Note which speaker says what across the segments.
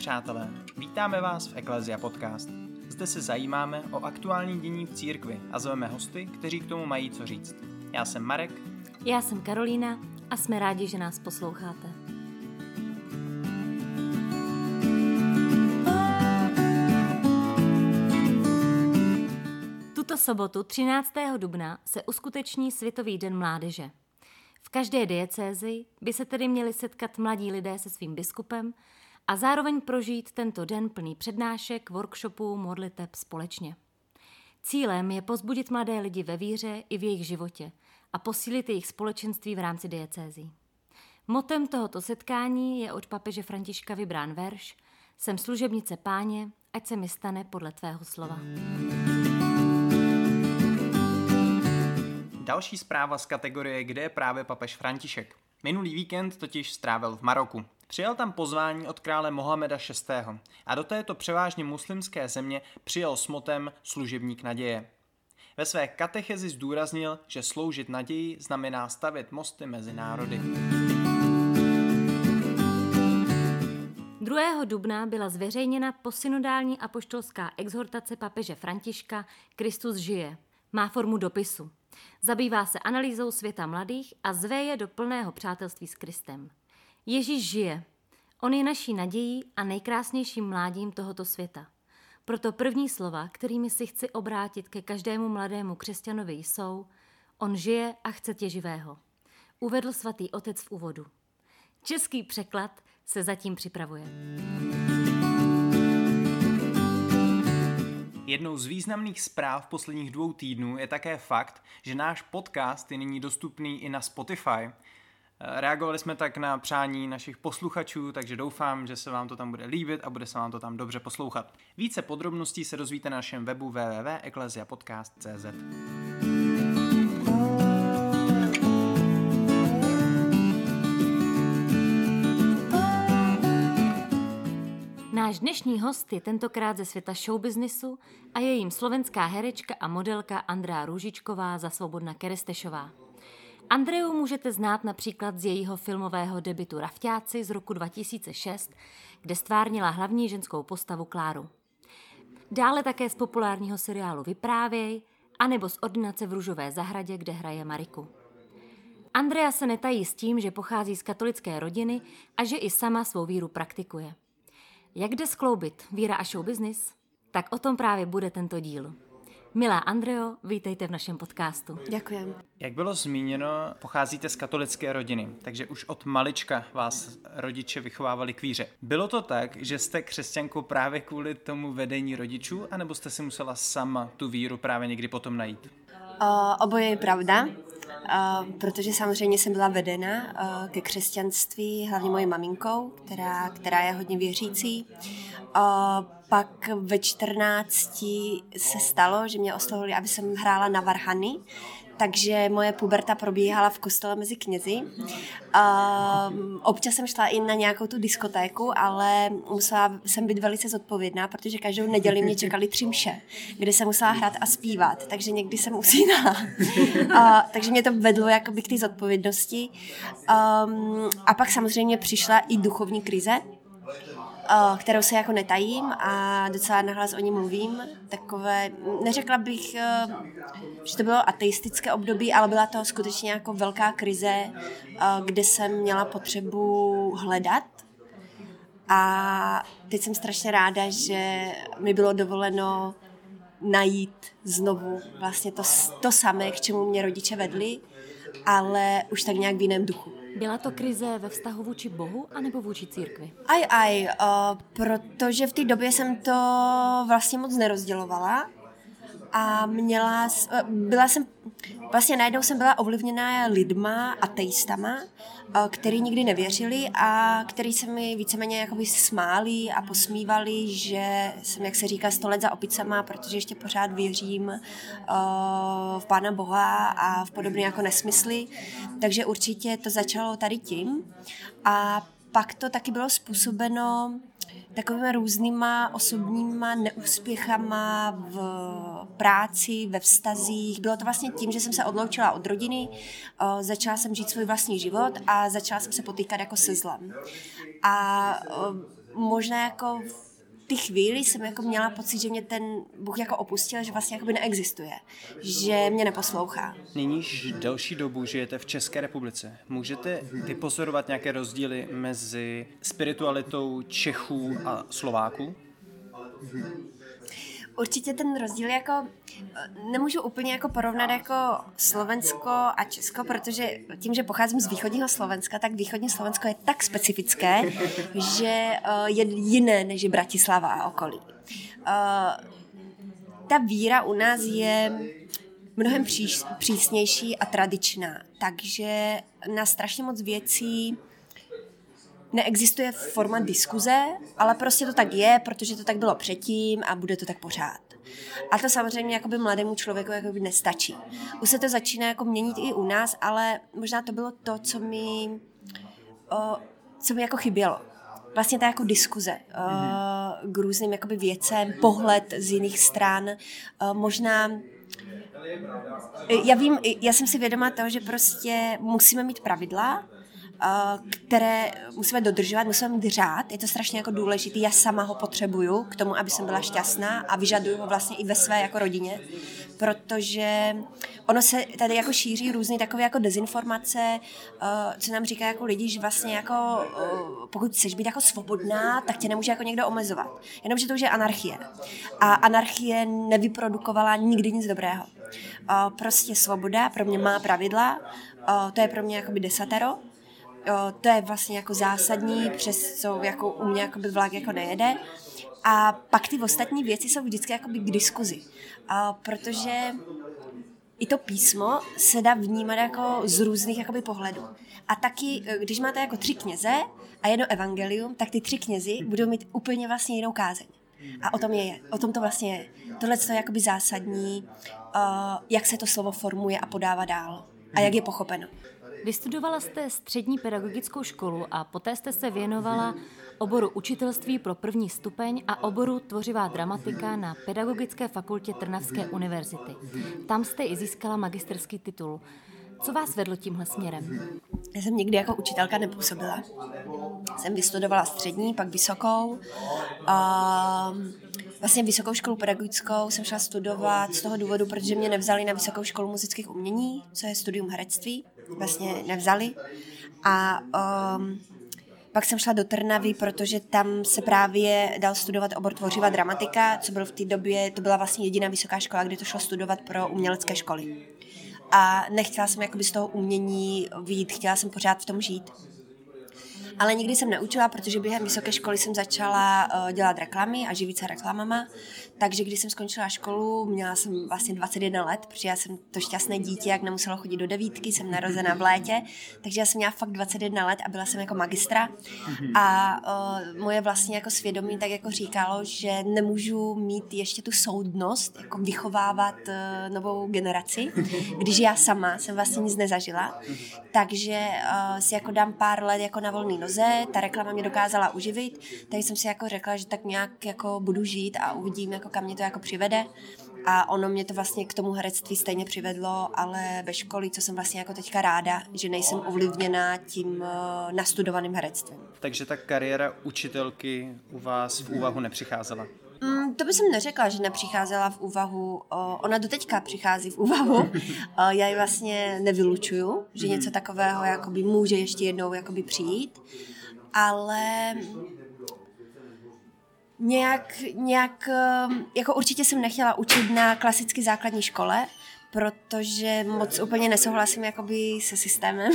Speaker 1: přátelé, vítáme vás v Ecclesia Podcast. Zde se zajímáme o aktuální dění v církvi a zveme hosty, kteří k tomu mají co říct. Já jsem Marek.
Speaker 2: Já jsem Karolína a jsme rádi, že nás posloucháte. Tuto sobotu 13. dubna se uskuteční Světový den mládeže. V každé diecézi by se tedy měli setkat mladí lidé se svým biskupem a zároveň prožít tento den plný přednášek, workshopů, modliteb společně. Cílem je povzbudit mladé lidi ve víře i v jejich životě a posílit jejich společenství v rámci diecézí. Motem tohoto setkání je od papeže Františka vybrán verš Jsem služebnice Páně, ať se mi stane podle tvého slova.
Speaker 1: Další zpráva z kategorie Kde je právě papež František. Minulý víkend totiž strávil v Maroku. Přijal tam pozvání od krále Mohameda VI. A do této převážně muslimské země přijel s motem Služebník naděje. Ve své katechezi zdůraznil, že sloužit naději znamená stavět mosty mezi národy.
Speaker 2: 2. dubna byla zveřejněna posynodální apoštolská exhortace papeže Františka Kristus žije. Má formu dopisu. Zabývá se analýzou světa mladých a zve je do plného přátelství s Kristem. Ježíš žije. On je naší nadějí a nejkrásnějším mládím tohoto světa. Proto první slova, kterými si chci obrátit ke každému mladému křesťanovi jsou: On žije a chce tě živého. Uvedl svatý otec v úvodu. Český překlad se zatím připravuje.
Speaker 1: Jednou z významných zpráv posledních 2 týdnů je také fakt, že náš podcast je nyní dostupný i na Spotify. Reagovali jsme tak na přání našich posluchačů, takže doufám, že se vám to tam bude líbit a bude se vám to tam dobře poslouchat. Více podrobností se dozvíte na našem webu www.ecclesiapodcast.cz.
Speaker 2: Náš dnešní host je tentokrát ze světa showbiznisu a je jím slovenská herečka a modelka Andrea Růžičková za Svobodna Kerestešová. Andreu můžete znát například z jejího filmového debutu Rafťáci z roku 2006, kde stvárnila hlavní ženskou postavu Kláru. Dále také z populárního seriálu Vyprávěj, anebo z Ordinace v Růžové zahradě, kde hraje Mariku. Andrea se netají s tím, že pochází z katolické rodiny a že i sama svou víru praktikuje. Jak jde skloubit víra a showbiznis? Tak o tom právě bude tento díl. Milá Andreo, vítejte v našem podcastu.
Speaker 3: Děkujem.
Speaker 1: Jak bylo zmíněno, pocházíte z katolické rodiny, takže už od malička vás rodiče vychovávali k víře. Bylo to tak, že jste křesťankou právě kvůli tomu vedení rodičů, anebo jste si musela sama tu víru právě někdy potom najít?
Speaker 3: Oboje je pravda, protože samozřejmě jsem byla vedena ke křesťanství, hlavně mojí maminkou, která je hodně věřící. Pak ve 14 se stalo, že mě oslovili, aby jsem hrála na varhany, takže moje puberta probíhala v kostele mezi knězi. Občas jsem šla i na nějakou tu diskotéku, ale musela jsem být velice zodpovědná, protože každou neděli mě čekaly 3 mše, kde jsem musela hrát a zpívat, takže někdy jsem usínala. Takže mě to vedlo jakoby k té zodpovědnosti. A pak samozřejmě přišla i duchovní krize, kterou se jako netajím a docela nahlas o ní mluvím. Takové, neřekla bych, že to bylo ateistické období, ale byla to skutečně jako velká krize, kde jsem měla potřebu hledat. A teď jsem strašně ráda, že mi bylo dovoleno najít znovu vlastně to samé, k čemu mě rodiče vedli, ale už tak nějak v jiném duchu.
Speaker 2: Byla to krize ve vztahu vůči Bohu anebo vůči církvi?
Speaker 3: Protože v té době jsem to vlastně moc nerozdělovala a najednou jsem byla ovlivněná lidma, ateistama, který nikdy nevěřili a který se mi víceméně jakoby smáli a posmívali, že jsem, jak se říká, 100 let za opicama, protože ještě pořád věřím v Pána Boha a v podobné jako nesmysly. Takže určitě to začalo tady tím a pak to taky bylo způsobeno takovými různýma osobníma neúspěchama v práci, ve vztazích. Bylo to vlastně tím, že jsem se odloučila od rodiny, začala jsem žít svůj vlastní život a začala jsem se potýkat jako se zlem. A možná jako ty chvíli jsem jako měla pocit, že mě ten Bůh jako opustil, že vlastně jakoby neexistuje, že mě neposlouchá.
Speaker 1: Nyní již delší dobu žijete v České republice. Můžete vypozorovat nějaké rozdíly mezi spiritualitou Čechů a Slováků?
Speaker 3: Určitě ten rozdíl jako nemůžu úplně jako porovnat jako Slovensko a Česko, protože tím, že pocházím z východního Slovenska, tak východní Slovensko je tak specifické, že je jiné než je Bratislava a okolí. Ta víra u nás je mnohem přísnější a tradičná, takže na strašně moc věcí neexistuje forma diskuze, ale prostě to tak je, protože to tak bylo předtím a bude to tak pořád. A to samozřejmě jakoby mladému člověku jakoby nestačí. Už se to začíná jako měnit i u nás, ale možná to bylo to, co mi jako chybělo. Vlastně ta jako diskuze k různým jakoby věcem, pohled z jiných stran, možná. Já jsem si vědomá toho, že prostě musíme mít pravidla, které musíme dodržovat, musíme mít řád, je to strašně jako důležitý, já sama ho potřebuju k tomu, aby jsem byla šťastná a vyžaduju ho vlastně i ve své jako rodině, protože ono se tady jako šíří různé takové jako dezinformace, co nám říká jako lidi, že vlastně jako pokud chceš být jako svobodná, tak tě nemůže jako někdo omezovat, jenomže to už je anarchie a anarchie nevyprodukovala nikdy nic dobrého. Prostě svoboda pro mě má pravidla, to je pro mě jakoby desatero. To je vlastně jako zásadní, přes co jako u mě jakoby vlak jako nejede. A pak ty ostatní věci jsou vždycky jakoby k diskuzi. Protože i to písmo se dá vnímat jako z různých jakoby pohledů. A taky, když máte jako 3 kněze a jedno evangelium, tak ty 3 knězi budou mít úplně vlastně jinou kázeň. A o tom to vlastně je. Tohle je jakoby zásadní, jak se to slovo formuje a podává dál. A jak je pochopeno.
Speaker 2: Vystudovala jste střední pedagogickou školu a poté jste se věnovala oboru učitelství pro 1. stupeň a oboru tvořivá dramatika na Pedagogické fakultě Trnavské univerzity. Tam jste i získala magisterský titul. Co vás vedlo tímhle směrem?
Speaker 3: Já jsem nikdy jako učitelka nepůsobila. Jsem vystudovala střední, pak vysokou. Vlastně vysokou školu pedagogickou jsem šla studovat z toho důvodu, protože mě nevzali na Vysokou školu muzických umění, co je studium herectví. Vlastně nevzali. A pak jsem šla do Trnavy, protože tam se právě dal studovat obor tvořivá dramatika, co byl v té době, to byla vlastně jediná vysoká škola, kde to šlo studovat pro umělecké školy. A nechtěla jsem jakoby z toho umění vyjít, chtěla jsem pořád v tom žít. Ale nikdy jsem neučila, protože během vysoké školy jsem začala dělat reklamy a živit se reklamama. Takže když jsem skončila školu, měla jsem vlastně 21 let, protože já jsem to šťastné dítě, jak nemuselo chodit do 9, jsem narozená v létě, takže já jsem měla fakt 21 let a byla jsem jako magistra. A moje vlastně jako svědomí tak jako říkalo, že nemůžu mít ještě tu soudnost, jako vychovávat novou generaci, když já sama jsem vlastně nic nezažila. Takže si jako dám pár let jako na volný noze, ta reklama mě dokázala uživit, takže jsem si jako řekla, že tak nějak jako budu žít a uvidím, jako kam mě to jako přivede. A ono mě to vlastně k tomu herectví stejně přivedlo, ale ve škole, co jsem vlastně jako teďka ráda, že nejsem ovlivněná tím nastudovaným herectvím.
Speaker 1: Takže ta kariéra učitelky u vás v úvahu nepřicházela?
Speaker 3: To bych neřekla, že nepřicházela v úvahu. Ona doteďka přichází v úvahu. Já ji vlastně nevylučuju, že něco takového jakoby může ještě jednou jakoby přijít. Ale nějak jako určitě jsem nechtěla učit na klasické základní škole, protože moc úplně nesouhlasím jakoby se systémem.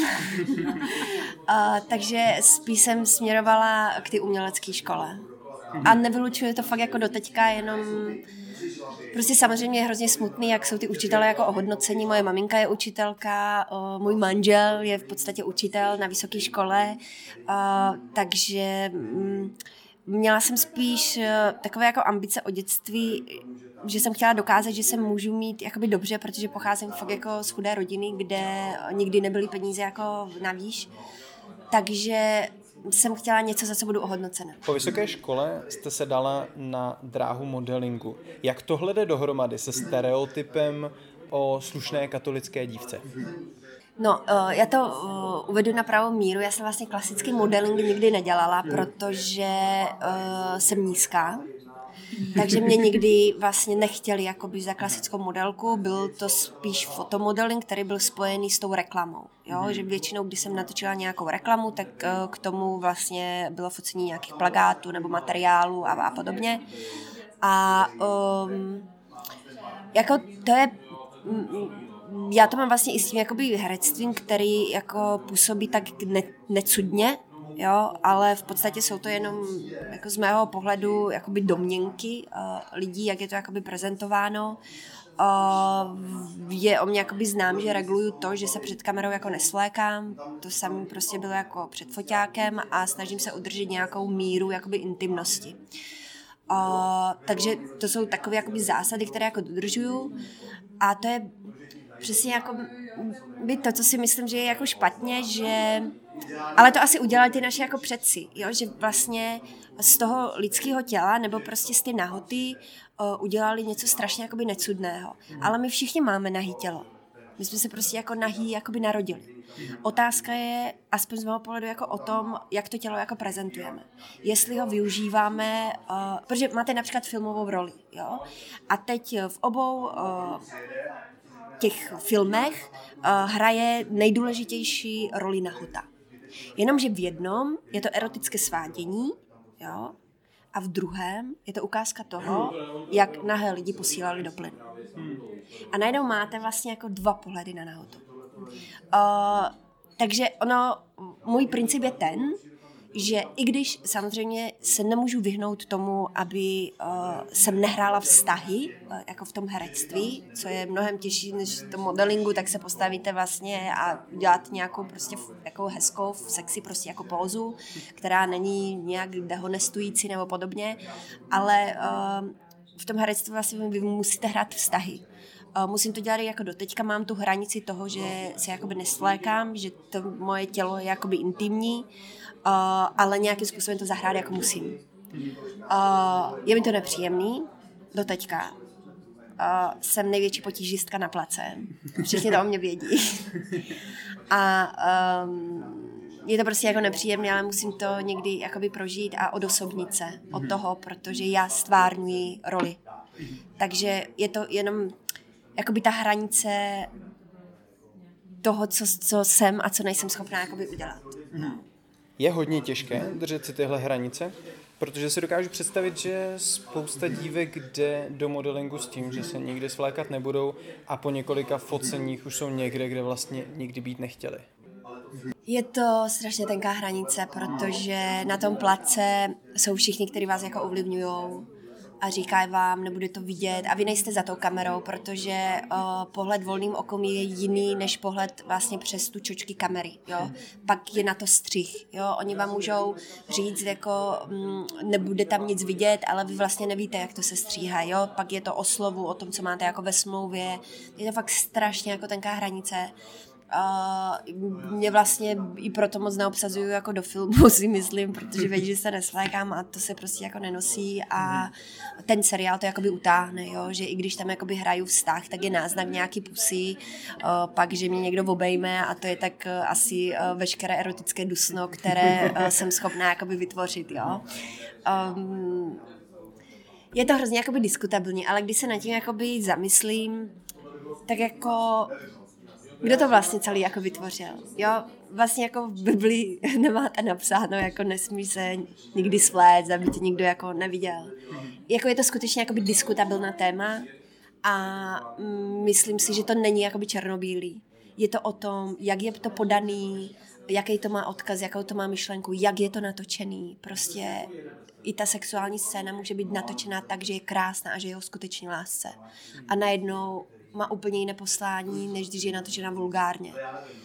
Speaker 3: Takže spíš jsem směrovala k té umělecké škole. A nevylučuje to fakt jako doteďka, jenom prostě samozřejmě je hrozně smutný, jak jsou ty učitelé jako ohodnocení. Moje maminka je učitelka, můj manžel je v podstatě učitel na vysoké škole, takže měla jsem spíš takové jako ambice o dětství, že jsem chtěla dokázat, že se můžu mít jakoby dobře, protože pocházím fakt jako z chudé rodiny, kde nikdy nebyly peníze jako navíc. Takže jsem chtěla něco, za co budu ohodnocena.
Speaker 1: Po vysoké škole jste se dala na dráhu modelingu. Jak tohle jde dohromady se stereotypem o slušné katolické dívce?
Speaker 3: No, já to uvedu na pravou míru. Já jsem vlastně klasický modeling nikdy nedělala, protože jsem nízká. Takže mě nikdy vlastně nechtěli jakoby za klasickou modelku, byl to spíš fotomodeling, který byl spojený s tou reklamou. Jo? Že většinou, když jsem natočila nějakou reklamu, tak k tomu vlastně bylo focení nějakých plakátů nebo materiálů a podobně. A jako to je... Já to mám vlastně i s tím jakoby herectvím, který jako působí tak necudně, jo, ale v podstatě jsou to jenom jako z mého pohledu jakoby domněnky lidí, jak je to jakoby prezentováno. Je o mě jakoby znám, že reguluju to, že se před kamerou jako nesvlékám, to samé prostě bylo jako před foťákem a snažím se udržet nějakou míru jakoby intimnosti. Takže to jsou takové jakoby zásady, které jako dodržuju a to je přesně jako by to, co si myslím, že je jako špatně, že... Ale to asi udělali ty naši jako předci, jo? Že vlastně z toho lidského těla nebo prostě z ty nahoty udělali něco strašně jakoby necudného. Ale my všichni máme nahý tělo. My jsme se prostě jako nahý jakoby narodili. Otázka je, aspoň z mého pohledu, jako o tom, jak to tělo jako prezentujeme. Jestli ho využíváme, protože máte například filmovou roli, jo? A teď v obou těch filmech hraje nejdůležitější roli nahota. Jenomže v jednom je to erotické svádění, jo? A v druhém je to ukázka toho, jak nahé lidi posílali do plynu. A najednou máte vlastně jako dva pohledy na nahotu. Takže můj princip je ten, že i když samozřejmě se nemůžu vyhnout tomu, aby jsem nehrála vztahy, jako v tom herectví, co je mnohem těžší než v tom modelingu, tak se postavíte vlastně a děláte nějakou prostě jako hezkou, sexy prostě jako pózu, která není nějak dehonestující nebo podobně, ale v tom herectví vlastně vy musíte hrát vztahy. Musím to dělat jako doteďka, mám tu hranici toho, že se jakoby nesvlékám, že to moje tělo je jakoby intimní, ale nějakým způsobem to zahrát jako musím. Je mi to nepříjemný, doteďka. Jsem největší potížistka na place. Všichni to o mě vědí. A je to prostě jako nepříjemné, ale musím to někdy jakoby prožít a odosobnit se od toho, protože já stvárňuji roli. Takže je to jenom jakoby ta hranice toho, co jsem a co nejsem schopná jakoby udělat.
Speaker 1: Je hodně těžké držet si tyhle hranice, protože si dokážu představit, že spousta dívek jde do modelingu s tím, že se nikdy svlékat nebudou a po několika foceních už jsou někde, kde vlastně nikdy být nechtěli.
Speaker 3: Je to strašně tenká hranice, protože na tom place jsou všichni, kteří vás jako ovlivňujou a říkají vám, nebude to vidět a vy nejste za tou kamerou, protože pohled volným okom je jiný než pohled vlastně přes tu čočky kamery, jo. Pak je na to střih, jo. Oni vám můžou říct, jako nebude tam nic vidět, ale vy vlastně nevíte, jak to se stříhá, jo. Pak je to o slovu, o tom, co máte jako ve smlouvě. Je to fakt strašně jako tenká hranice. Mě vlastně i proto moc neobsazuju jako do filmu, si myslím, protože vědí, že se nesvlékám a to se prostě jako nenosí a ten seriál to jakoby utáhne, jo? Že i když tam jakoby hraju vztah, tak je náznak nějaký pusy, pak, že mě někdo obejme a to je tak asi veškeré erotické dusno, které jsem schopná jakoby vytvořit, jo. Je to hrozně jakoby diskutabilní, ale když se nad tím jakoby zamyslím, tak jako kdo to vlastně celý jako vytvořil? Jo, vlastně jako v Biblii nemáte napsáno, jako nesmí se nikdy svléct, aby tě nikdo jako neviděl. Jako je to skutečně jakoby diskutabilná téma a myslím si, že to není jakoby černobílý. Je to o tom, jak je to podaný, jaký to má odkaz, jakou to má myšlenku, jak je to natočený. Prostě i ta sexuální scéna může být natočená tak, že je krásná a že je o skutečné lásce. A najednou má úplně jiné poslání, než když je natočena vulgárně.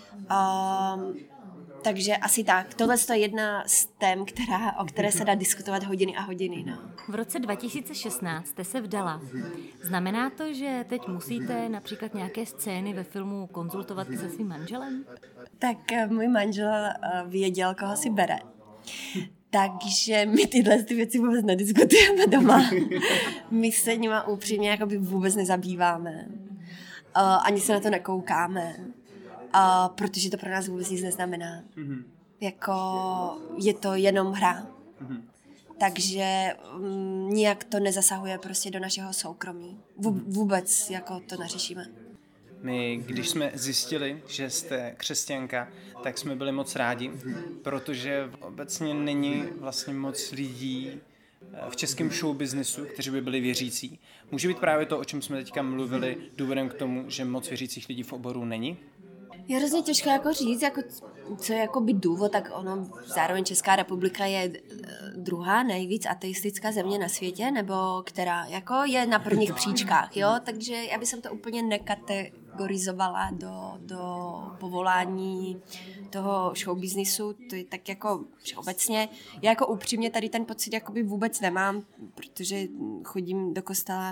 Speaker 3: Takže asi tak. Tohle je jedna z tém, o které se dá diskutovat hodiny a hodiny. No.
Speaker 2: V roce 2016 jste se vdala. Znamená to, že teď musíte například nějaké scény ve filmu konzultovat i se svým manželem?
Speaker 3: Tak můj manžel věděl, koho si bere. Takže my tyhle věci vůbec nediskutujeme doma. My se nima upřímně jakoby vůbec nezabýváme. Ani se na to nekoukáme. protože to pro nás vůbec nic neznamená. Jako je to jenom hra. Takže nijak to nezasahuje prostě do našeho soukromí. Vůbec jako to neřešíme.
Speaker 1: My, když jsme zjistili, že jste křesťanka, tak jsme byli moc rádi, protože obecně není vlastně moc lidí v českém showbiznesu, kteří by byli věřící. Může být právě to, o čem jsme teďka mluvili, důvodem k tomu, že moc věřících lidí v oboru není?
Speaker 3: Je hrozně těžké jako říct, jako, co je jako by důvod, tak ono zároveň Česká republika je druhá nejvíc ateistická země na světě, nebo která jako je na prvních příčkách, jo, takže já bych to úplně nekategorizovala do povolání toho showbiznisu, to je tak jako všeobecně. Já jako upřímně tady ten pocit jakoby vůbec nemám, protože chodím do kostela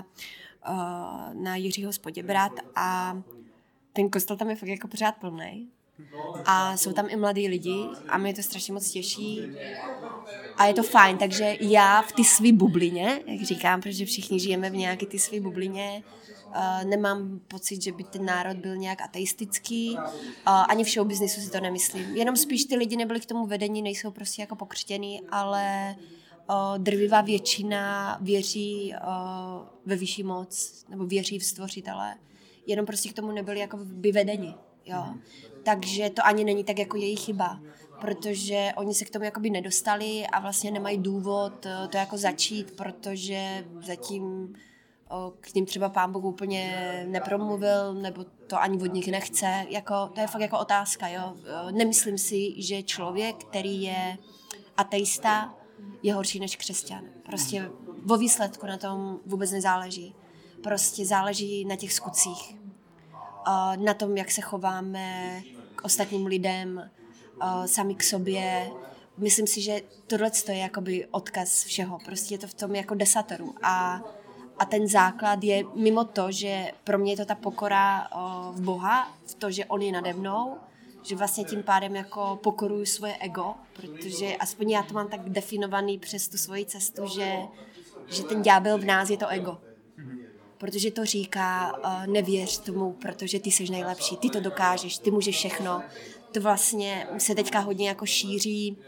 Speaker 3: na Jiřího z Poděbrad a ten kostel tam je fakt jako pořád plnej. A jsou tam i mladí lidi a mě to strašně moc těší. A je to fajn, takže já v ty svý bublině, jak říkám, protože všichni žijeme v nějaké ty svý bublině, nemám pocit, že by ten národ byl nějak ateistický, ani v showbiznisu si to nemyslím. Jenom spíš ty lidi nebyli k tomu vedení, nejsou prostě jako pokřtěný, ale drvivá většina věří ve vyšší moc, nebo věří v Stvořitele. Jenom prostě k tomu nebyli jako vyvedeni, jo. Takže to ani není tak jako jejich chyba, protože oni se k tomu jakoby nedostali a vlastně nemají důvod to jako začít, protože zatím k ním třeba Pán Bůh úplně nepromluvil, nebo to ani od nich nechce, jako, to je fakt jako otázka, jo. Nemyslím si, že člověk, který je ateista, je horší než křesťan. Prostě vo výsledku na tom vůbec nezáleží. Prostě záleží na těch skutcích, na tom, jak se chováme k ostatním lidem, sami k sobě. Myslím si, že tohle je jakoby odkaz všeho. Prostě je to v tom jako desateru. A ten základ je mimo to, že pro mě je to ta pokora v Boha, v to, že on je nade mnou, že vlastně tím pádem jako pokoruju svoje ego, protože aspoň já to mám tak definovaný přes tu svoji cestu, že ten ďábel v nás je to ego. Protože to říká, nevěř tomu, protože ty jsi nejlepší, ty to dokážeš, ty můžeš všechno. To vlastně se teďka hodně jako šíří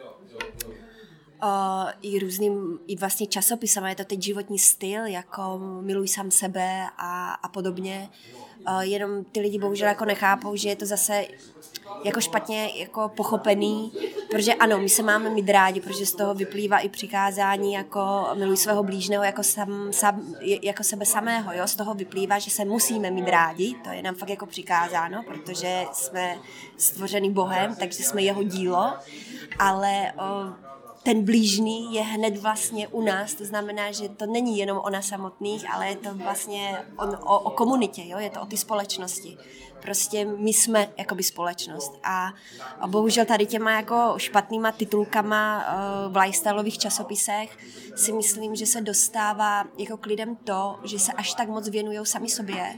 Speaker 3: i různým, i vlastně časopisem, je to teď životní styl, jako miluj sám sebe a podobně. Jenom ty lidi bohužel jako nechápou, že je to zase jako špatně jako pochopený, protože ano, my se máme mít rádi, protože z toho vyplývá i přikázání jako miluj svého blížného jako sebe samého, jo? Z toho vyplývá, že se musíme mít rádi, to je nám fakt jako přikázáno, protože jsme stvořený Bohem, takže jsme jeho dílo, ale ten blížný je hned vlastně u nás, to znamená, že to není jenom o nás samotných, ale je to vlastně o komunitě, jo? Je to o ty společnosti. Prostě my jsme jakoby společnost a bohužel tady těma jako špatnýma titulkama v lifestyleových časopisech si myslím, že se dostává jako k lidem to, že se až tak moc věnujou sami sobě,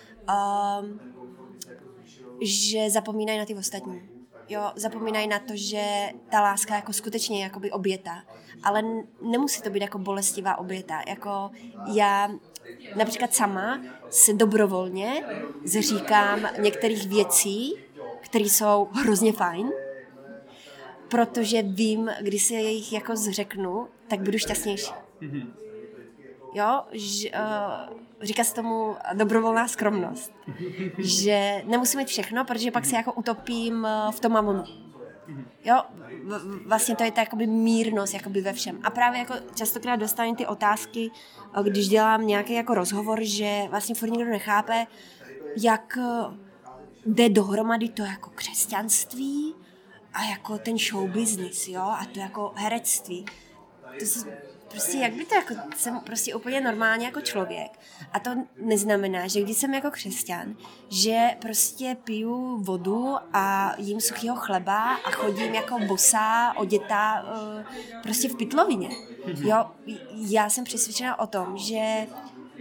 Speaker 3: že zapomínají na ty ostatní. Jo, zapomínají na to, že ta láska jako skutečně jakoby oběta, ale nemusí to být jako bolestivá oběta. Jako já například sama se dobrovolně zříkám některých věcí, které jsou hrozně fajn, protože vím, když se jich jako zřeknu, tak budu šťastnější. Jo, říká se tomu dobrovolná skromnost. Že nemusím mít všechno, protože pak se jako utopím v tom mamonu. Jo, vlastně to je ta jakoby mírnost jakoby ve všem. A právě jako častokrát dostanu ty otázky, když dělám nějaký jako rozhovor, že vlastně furt nikdo nechápe, jak jde dohromady to jako křesťanství a jako ten show business, jo, a to jako herectví. Prostě jak by to jako, jsem prostě úplně normálně jako člověk. A to neznamená, že když jsem jako křesťan, že prostě piju vodu a jím suchýho chleba a chodím jako bosá, odětá prostě v pytlovině. Jo, já jsem přesvědčena o tom, že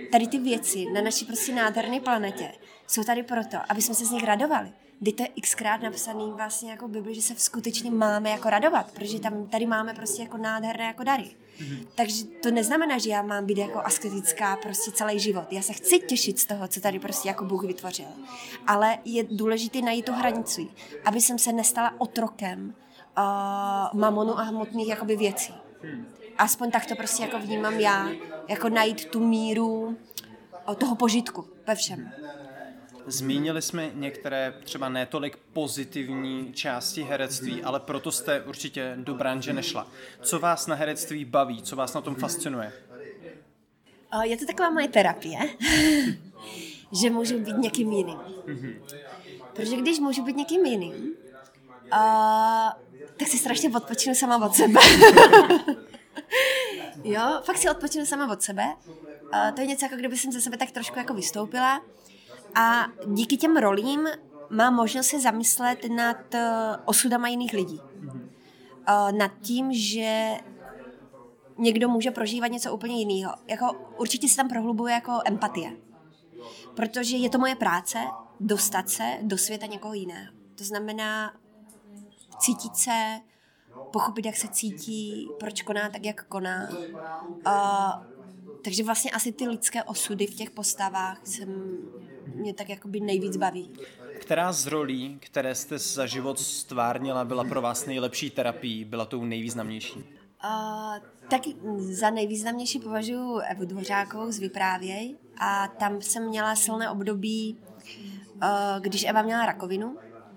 Speaker 3: tady ty věci na naší prostě nádherné planetě jsou tady proto, aby jsme se z nich radovali. Kdy to je xkrát napsaný vlastně jako v Bibli, že se skutečně máme jako radovat, protože tady máme prostě jako nádherné jako dary. Takže to neznamená, že já mám být jako asketická prostě celý život. Já se chci těšit z toho, co tady prostě jako Bůh vytvořil. Ale je důležité najít tu hranici, aby jsem se nestala otrokem mamonu a hmotných jakoby věcí. Aspoň tak to prostě jako vnímám já, jako najít tu míru toho požitku ve všem.
Speaker 1: Zmínili jsme některé třeba netolik pozitivní části herectví, ale proto jste určitě do branže nešla. Co vás na herectví baví? Co vás na tom fascinuje?
Speaker 3: Je to taková moje terapie, že můžu být někým jiným. Protože když můžu být někým jiným, tak si strašně odpočinu sama od sebe. Jo, fakt si odpočinu sama od sebe. To je něco, jako kdyby jsem ze sebe tak trošku jako vystoupila. A díky těm rolím mám možnost se zamyslet nad osudama jiných lidí. Nad tím, že někdo může prožívat něco úplně jiného. Jako, určitě se tam prohlubuje jako empatie. Protože je to moje práce dostat se do světa někoho jiného. To znamená cítit se, pochopit, jak se cítí, proč koná tak, jak koná. Takže vlastně asi ty lidské osudy v těch postavách mě tak jakoby nejvíc baví.
Speaker 1: Která z rolí, které jste za život stvárnila, byla pro vás nejlepší terapií, byla tou nejvýznamnější?
Speaker 3: Tak za nejvýznamnější považuji Evu Dvořákovou z Vyprávěj a tam jsem měla silné období, když Eva měla rakovinu.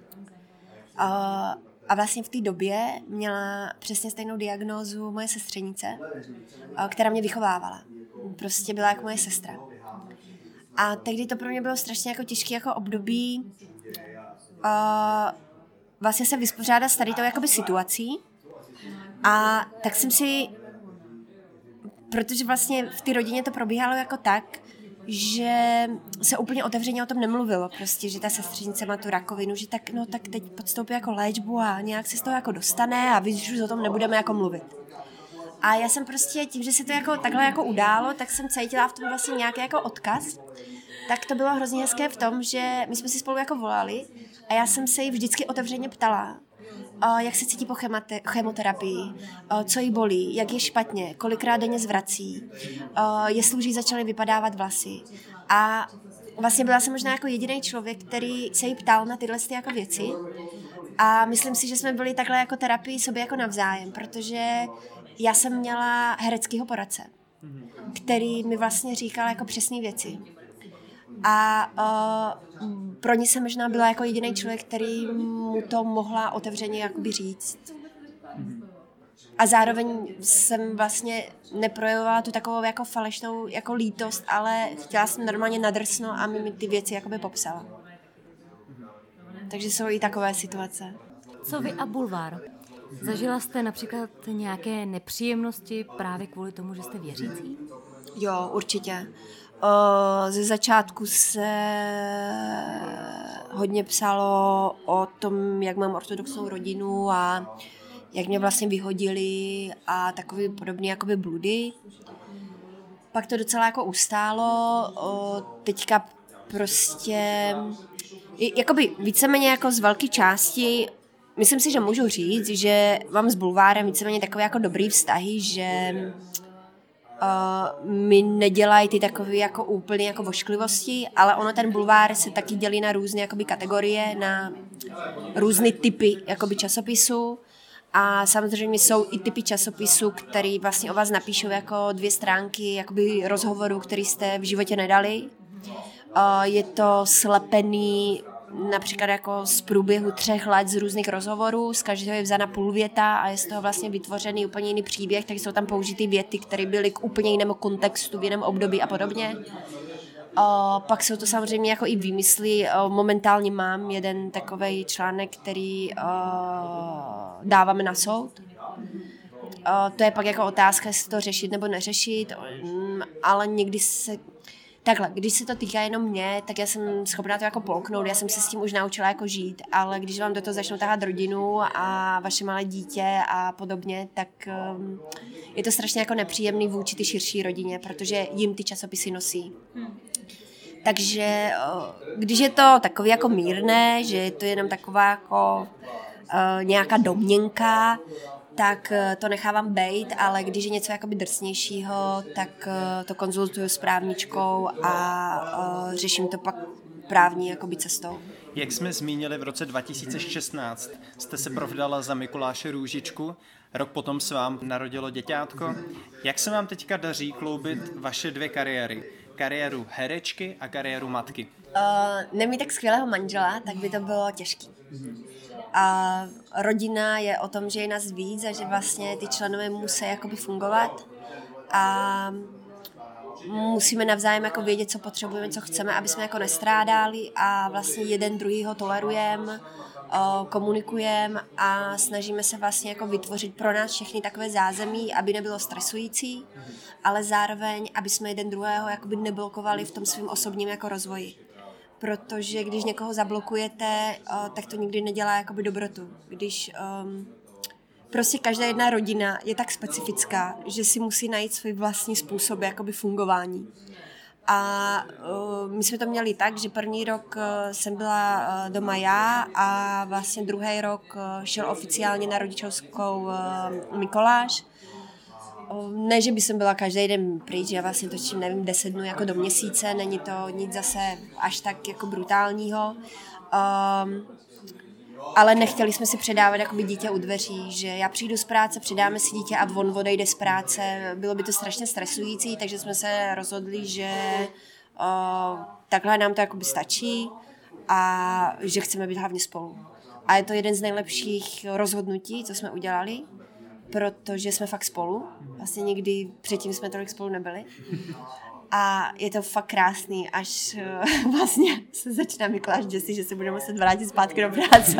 Speaker 3: A vlastně v té době měla přesně stejnou diagnózu moje sestřenice, která mě vychovávala. Prostě byla jako moje sestra. A tehdy to pro mě bylo strašně jako těžké jako období vlastně se vyspořádat s tady tou jakoby situací. A tak jsem si, protože vlastně v té rodině to probíhalo jako tak, že se úplně otevřeně o tom nemluvilo, prostě, že ta sestřenice má tu rakovinu, že tak, no, tak teď podstoupí jako léčbu a nějak se z toho jako dostane a víš, že o tom nebudeme jako mluvit. A já jsem prostě tím, že se to jako takhle jako událo, tak jsem cítila v tom vlastně nějaký jako odkaz. Tak to bylo hrozně hezké v tom, že my jsme si spolu jako volali a já jsem se jí vždycky otevřeně ptala, jak se cítí po chemoterapii, co jí bolí, jak je špatně, kolikrát denně zvrací, jestli už jí začaly vypadávat vlasy. A vlastně byla jsem možná jako jediný člověk, který se jí ptal na tyhle jako věci. A myslím si, že jsme byli takhle jako terapii sobě jako navzájem, protože já jsem měla hereckýho poradce, který mi vlastně říkal jako přesné věci. A pro ní jsem možná byla jako jediný člověk, který mu to mohla otevřeně jakoby říct. A zároveň jsem vlastně neprojevovala tu takovou jako falešnou jako lítost, ale chtěla jsem normálně nadrsnout a mi ty věci jakoby popsala. Takže jsou i takové situace.
Speaker 2: Co vy a bulvár? Zažila jste například nějaké nepříjemnosti právě kvůli tomu, že jste věřící?
Speaker 3: Jo, určitě. Ze začátku se hodně psalo o tom, jak mám ortodoxní rodinu a jak mě vlastně vyhodili a takový podobný jakoby bludy. Pak to docela jako ustálo, teďka prostě jakoby víceméně jako z velké části myslím si, že můžu říct, že mám s bulvárem víceméně takové jako dobrý vztahy, že mi nedělají ty takové jako úplně jako vošklivosti, ale ono ten bulvár se taky dělí na různé jakoby kategorie, na různé typy jakoby časopisů a samozřejmě jsou i typy časopisů, který vlastně o vás napíšou jako 2 stránky jakoby rozhovorů, který jste v životě nedali. Je to slepený například jako z průběhu 3 let z různých rozhovorů, z každého je vzána půl věta a je z toho vlastně vytvořený úplně jiný příběh, takže jsou tam použity věty, které byly k úplně jinému kontextu, v jiném období a podobně. Pak jsou to samozřejmě jako i výmysly. Momentálně mám jeden takovej článek, který dáváme na soud. To je pak jako otázka, jestli to řešit nebo neřešit, ale někdy se Takhle, když se to týká jenom mě, tak já jsem schopná to jako polknout, já jsem se s tím už naučila jako žít, ale když vám do toho začnou tahat rodinu a vaše malé dítě a podobně, tak je to strašně jako nepříjemný vůči ty širší rodině, protože jim ty časopisy nosí. Takže když je to takový jako mírné, že je to jenom taková jako nějaká domněnka, tak to nechávám bejt, ale když je něco jakoby drsnějšího, tak to konzultuju s právničkou a řeším to pak právní jakoby cestou.
Speaker 1: Jak jsme zmínili, v roce 2016 jste se provdala za Mikuláše Růžičku, rok potom se vám narodilo děťátko. Jak se vám teďka daří kloubit vaše dvě kariéry? Kariéru herečky a kariéru matky?
Speaker 3: Nemít tak skvělého manžela, tak by to bylo těžké. A rodina je o tom, že je nás víc a že vlastně ty členové musí jakoby fungovat a musíme navzájem jako vědět, co potřebujeme, co chceme, aby jsme jako nestrádali a vlastně jeden druhýho tolerujeme, komunikujeme a snažíme se vlastně jako vytvořit pro nás všechny takové zázemí, aby nebylo stresující, ale zároveň, aby jsme jeden druhého jakoby neblokovali v tom svém osobním jako rozvoji. Protože když někoho zablokujete, tak to nikdy nedělá jakoby dobrotu. Když prostě každá jedna rodina je tak specifická, že si musí najít svůj vlastní způsob jakoby fungování. A my jsme to měli tak, že první rok jsem byla doma já a vlastně druhý rok šel oficiálně na rodičovskou Mikuláš. Ne, že by jsem byla každý den pryč, já vlastně točím, nevím, 10 dnů jako do měsíce, není to nic zase až tak jako brutálního. Ale nechtěli jsme si předávat jakoby dítě u dveří, že já přijdu z práce, předáme si dítě a on odejde z práce. Bylo by to strašně stresující, takže jsme se rozhodli, že takhle nám to jakoby stačí a že chceme být hlavně spolu. A je to jeden z nejlepších rozhodnutí, co jsme udělali, protože jsme fakt spolu. Vlastně nikdy předtím jsme tolik spolu nebyli. A je to fakt krásný, až vlastně se začíná Mikuláš děsit, že se budeme muset vrátit zpátky do práce.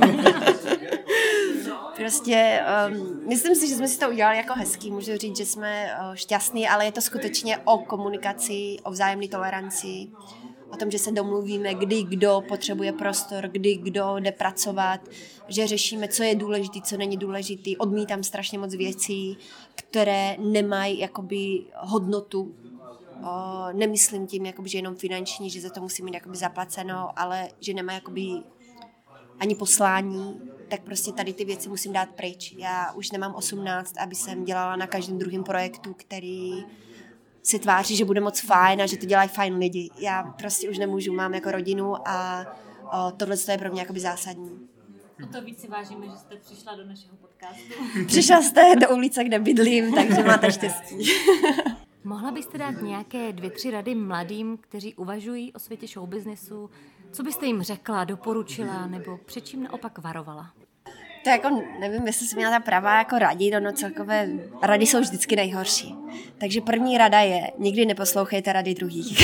Speaker 3: Prostě myslím si, že jsme si to udělali jako hezký, můžu říct, že jsme šťastní, ale je to skutečně o komunikaci, o vzájemné toleranci, o tom, že se domluvíme, kdy kdo potřebuje prostor, kdy kdo jde pracovat, že řešíme, co je důležitý, co není důležitý. Odmítám strašně moc věcí, které nemají jakoby hodnotu. Nemyslím tím, jakoby, že jenom finanční, že za to musím mít jakoby zaplaceno, ale že nemá jakoby ani poslání, tak prostě tady ty věci musím dát pryč. Já už nemám 18, aby jsem dělala na každém druhém projektu, který se tváří, že bude moc fajn a že to dělají fajn lidi. Já prostě už nemůžu, mám jako rodinu a tohle je pro mě jakoby zásadní.
Speaker 2: O to víc si vážíme, že jste přišla do našeho podcastu.
Speaker 3: Přišla jste do ulice, kde bydlím, takže máte štěstí.
Speaker 2: Mohla byste dát nějaké 2-3 rady mladým, kteří uvažují o světě showbiznesu? Co byste jim řekla, doporučila nebo před čím naopak varovala?
Speaker 3: To jako nevím, jestli jsem měla ta pravá jako radit, ono celkové rady jsou vždycky nejhorší. Takže první rada je, nikdy neposlouchejte rady druhých.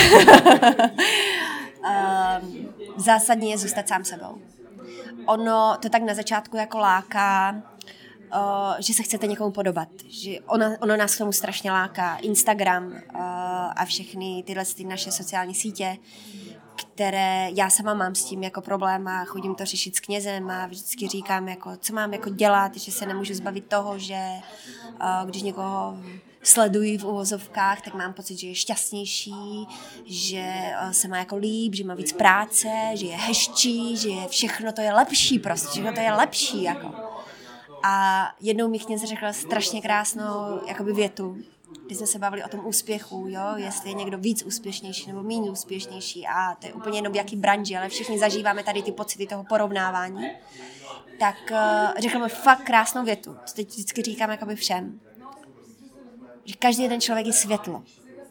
Speaker 3: Zásadní je zůstat sám sebou. Ono to tak na začátku jako láká, že se chcete někomu podobat. Že ono nás k tomu strašně láká. Instagram a všechny tyhle naše sociální sítě, které já sama mám s tím jako problém a chodím to řešit s knězem a vždycky říkám, jako, co mám jako dělat, že se nemůžu zbavit toho, že když někoho sleduji v uvozovkách, tak mám pocit, že je šťastnější, že se má jako líp, že má víc práce, že je hezčí, že je všechno to je lepší prostě, všechno to je lepší jako. A jednou mi kněz řekl strašně krásnou jakoby větu, kdy jsme se bavili o tom úspěchu, jo, jestli je někdo víc úspěšnější nebo méně úspěšnější a to je úplně jenom v jaký branži, ale všichni zažíváme tady ty pocity toho porovnávání, tak řekl mi fakt krásnou větu, co teď vždycky říkám jakoby všem, že každý jeden člověk je světlo.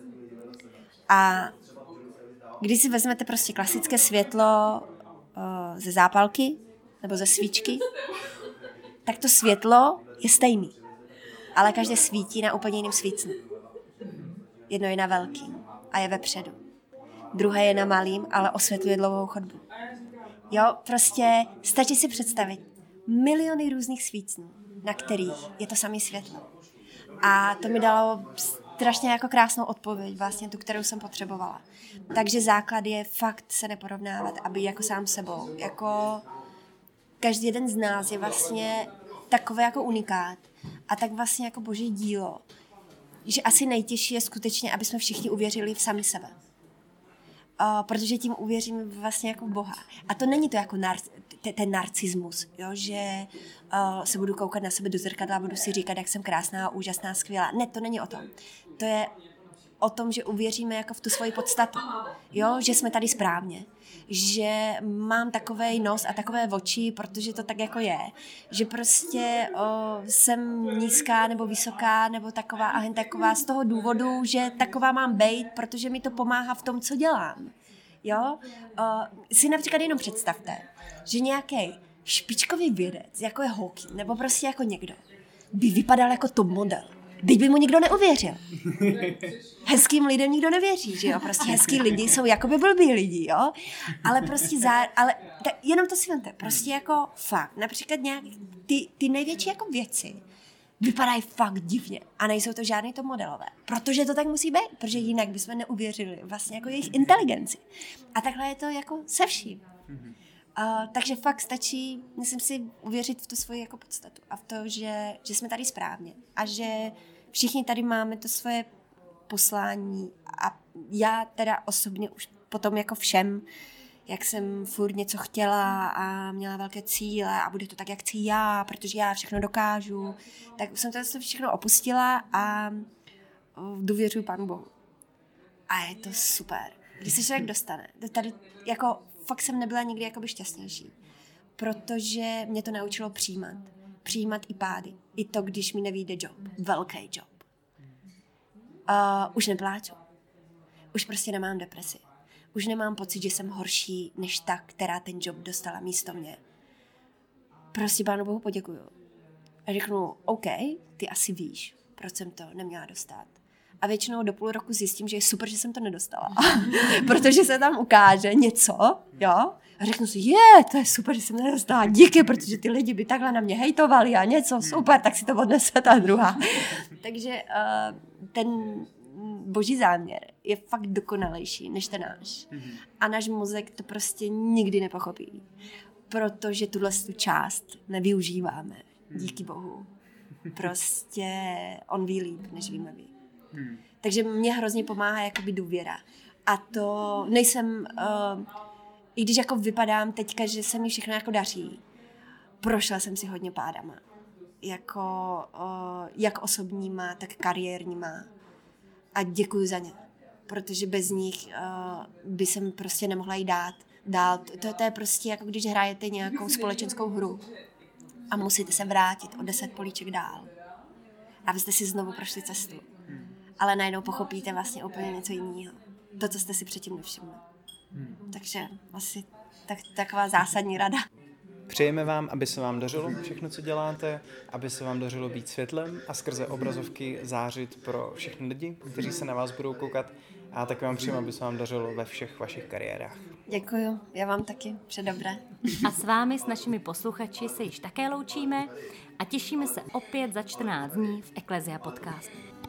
Speaker 3: A když si vezmete prostě klasické světlo ze zápalky nebo ze svíčky, tak to světlo je stejný. Ale každé svítí na úplně jiným svícnu. Jedno je na velkým a je vepředu. Druhé je na malým, ale osvětluje dlouhou chodbu. Jo, prostě stačí si představit miliony různých svícnů, na kterých je to samé světlo. A to mi dalo strašně jako krásnou odpověď, vlastně tu, kterou jsem potřebovala. Takže základ je fakt se neporovnávat a být jako sám sebou. Jako každý jeden z nás je vlastně takový jako unikát a tak vlastně jako boží dílo, že asi nejtěžší je skutečně, aby jsme všichni uvěřili v sami sebe. Protože tím uvěříme vlastně jako Boha. A to není to jako ten narcismus, jo? Že se budu koukat na sebe do zrcadla a budu si říkat, jak jsem krásná, úžasná, skvělá. Ne, to není o tom. To je o tom, že uvěříme jako v tu svoji podstatu. Jo? Že jsme tady správně. Že mám takovej nos a takové oči, protože to tak jako je. Že prostě jsem nízká nebo vysoká nebo taková a jen taková z toho důvodu, že taková mám bejt, protože mi to pomáhá v tom, co dělám. Jo? Si například jenom představte, že nějaký špičkový vědec, jako je Hawking, nebo prostě jako někdo, by vypadal jako top model. Teď by mu nikdo neuvěřil. Hezkým lidem nikdo nevěří, že jo? Prostě hezký lidi jsou jakoby blbý lidi, jo? Ale prostě jenom to si vemte, prostě jako fakt, například nějak ty největší jako věci vypadají fakt divně a nejsou to žádný top modelové, protože to tak musí být, protože jinak bychom neuvěřili vlastně jako jejich inteligenci. A takhle je to jako se vším. Takže fakt stačí, myslím si, uvěřit v tu svoji jako podstatu a v to, že jsme tady správně a že všichni tady máme to svoje poslání a já teda osobně už potom jako všem, jak jsem furt něco chtěla a měla velké cíle a bude to tak, jak chci já, protože já všechno dokážu, tak jsem to všechno opustila a důvěřuji Pánu Bohu. A je to super. Když se člověk dostane, tady jako fakt jsem nebyla nikdy jakoby šťastnější, protože mě to naučilo přijímat i pády, i to, když mi nevyjde job, velký job. Už nepláču, už prostě nemám depresi, už nemám pocit, že jsem horší než ta, která ten job dostala místo mě. Prostě Pánu Bohu poděkuju. A řeknu, OK, ty asi víš, proč jsem to neměla dostat. A většinou do půl roku zjistím, že je super, že jsem to nedostala. Protože se tam ukáže něco, jo? A řeknu si, to je super, že jsem to nedostala. Díky, protože ty lidi by takhle na mě hejtovali a něco, super, tak si to odnese ta druhá. Takže ten boží záměr je fakt dokonalejší než ten náš. A náš mozek to prostě nikdy nepochopí. Protože tuhle část nevyužíváme. Díky Bohu. Prostě on ví líp, než víme my. Takže mě hrozně pomáhá jakoby důvěra. A to nejsem, i když jako vypadám teďka, že se mi všechno jako daří, prošla jsem si hodně pádama. Jako, jak osobníma, tak kariérníma. A děkuju za ně. Protože bez nich by jsem prostě nemohla jít dál. To je prostě jako když hrajete nějakou společenskou hru a musíte se vrátit o 10 políček dál. Abyste si znovu prošli cestu. Ale najednou pochopíte vlastně úplně něco jiného. To, co jste si předtím nevšimli. Takže asi taková zásadní rada.
Speaker 1: Přejeme vám, aby se vám dařilo všechno, co děláte, aby se vám dařilo být světlem a skrze obrazovky zářit pro všechny lidi, kteří se na vás budou koukat. A taky vám přejeme, aby se vám dařilo ve všech vašich kariérách.
Speaker 3: Děkuju, já vám taky. Vše dobré.
Speaker 2: A s vámi, s našimi posluchači, se již také loučíme a těšíme se opět za 14 dní v Ecclesia Podcastu.